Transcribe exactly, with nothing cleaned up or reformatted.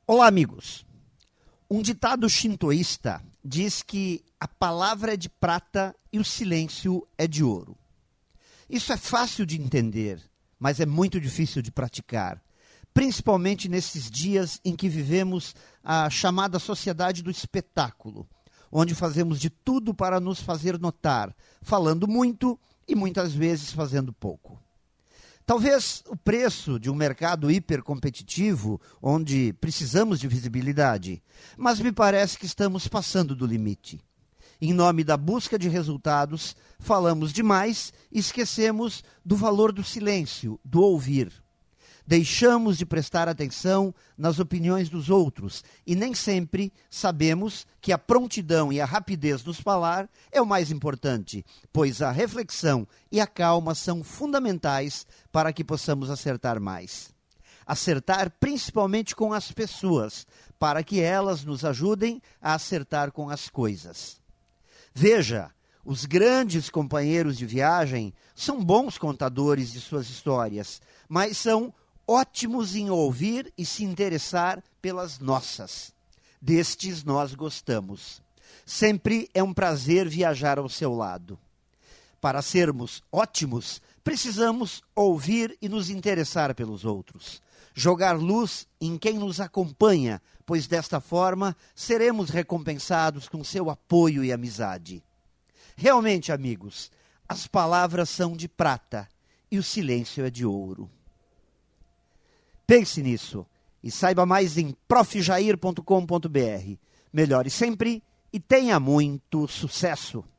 Olá, amigos. Um ditado shintoísta diz que a palavra é de prata e o silêncio é de ouro. Isso é fácil de entender, mas é muito difícil de praticar, principalmente nesses dias em que vivemos a chamada sociedade do espetáculo, onde fazemos de tudo para nos fazer notar, falando muito e muitas vezes fazendo pouco. Talvez o preço de um mercado hipercompetitivo, onde precisamos de visibilidade, mas me parece que estamos passando do limite. Em nome da busca de resultados, falamos demais e esquecemos do valor do silêncio, do ouvir. Deixamos de prestar atenção nas opiniões dos outros e nem sempre sabemos que a prontidão e a rapidez nos falar é o mais importante, pois a reflexão e a calma são fundamentais para que possamos acertar mais. Acertar principalmente com as pessoas, para que elas nos ajudem a acertar com as coisas. Veja, os grandes companheiros de viagem são bons contadores de suas histórias, mas são ótimos em ouvir e se interessar pelas nossas. Destes nós gostamos. Sempre é um prazer viajar ao seu lado. Para sermos ótimos, precisamos ouvir e nos interessar pelos outros. Jogar luz em quem nos acompanha, pois desta forma seremos recompensados com seu apoio e amizade. Realmente, amigos, as palavras são de prata e o silêncio é de ouro. Pense nisso e saiba mais em prof jair ponto com ponto br. Melhore sempre e tenha muito sucesso!